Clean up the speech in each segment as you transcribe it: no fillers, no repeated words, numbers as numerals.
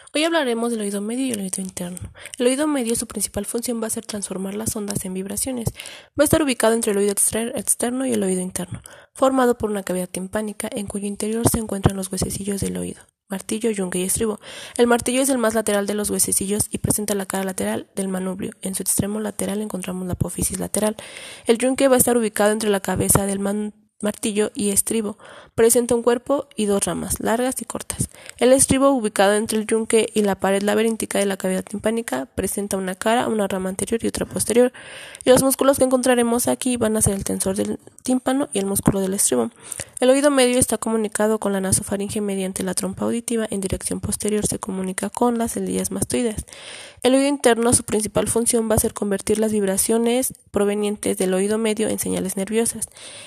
Hoy hablaremos del oído medio y el oído interno. El oído medio, su principal función va a ser transformar las ondas en vibraciones. Va a estar ubicado entre el oído externo y el oído interno, formado por una cavidad timpánica en cuyo interior se encuentran los huesecillos del oído, martillo, yunque y estribo. El martillo es el más lateral de los huesecillos y presenta la cara lateral del manubrio. En su extremo lateral encontramos la apófisis lateral. El yunque va a estar ubicado entre la cabeza del martillo y estribo. Presenta un cuerpo y dos ramas, largas y cortas. El estribo, ubicado entre el yunque y la pared laberíntica de la cavidad timpánica, presenta una cara, una rama anterior y otra posterior. Y los músculos que encontraremos aquí van a ser el tensor del tímpano y el músculo del estribo. El oído medio está comunicado con la nasofaringe mediante la trompa auditiva. En dirección posterior se comunica con las celillas mastoides. El oído interno, su principal función va a ser convertir las vibraciones provenientes del oído medio en señales nerviosas,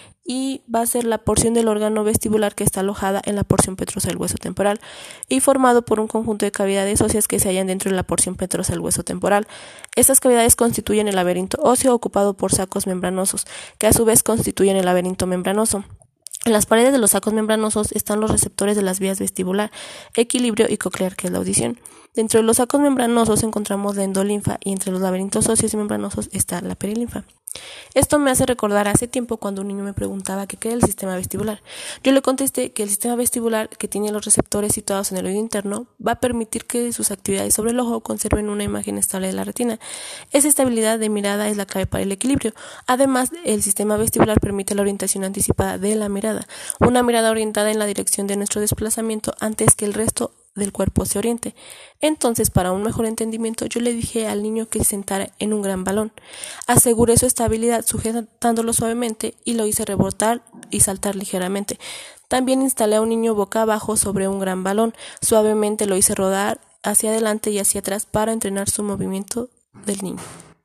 y va a ser la porción del órgano vestibular que está alojada en la porción petrosa del hueso temporal y formado por un conjunto de cavidades óseas que se hallan dentro de la porción petrosa del hueso temporal. Estas cavidades constituyen el laberinto óseo ocupado por sacos membranosos, que a su vez constituyen el laberinto membranoso. En las paredes de los sacos membranosos están los receptores de las vías vestibular, equilibrio y coclear, que es la audición. Dentro de los sacos membranosos encontramos la endolinfa y entre los laberintos óseos y membranosos está la perilinfa. Esto me hace recordar hace tiempo cuando un niño me preguntaba qué era el sistema vestibular. Yo le contesté que el sistema vestibular, que tiene los receptores situados en el oído interno, va a permitir que sus actividades sobre el ojo conserven una imagen estable de la retina. Esa estabilidad de mirada es la clave para el equilibrio. Además, el sistema vestibular permite la orientación anticipada de la mirada, una mirada orientada en la dirección de nuestro desplazamiento antes que el resto del cuerpo se oriente. Entonces, para un mejor entendimiento, yo le dije al niño que se sentara en un gran balón. Aseguré su estabilidad sujetándolo suavemente y lo hice rebotar y saltar ligeramente. También instalé a un niño boca abajo sobre un gran balón. Suavemente lo hice rodar hacia adelante y hacia atrás para entrenar su movimiento del niño.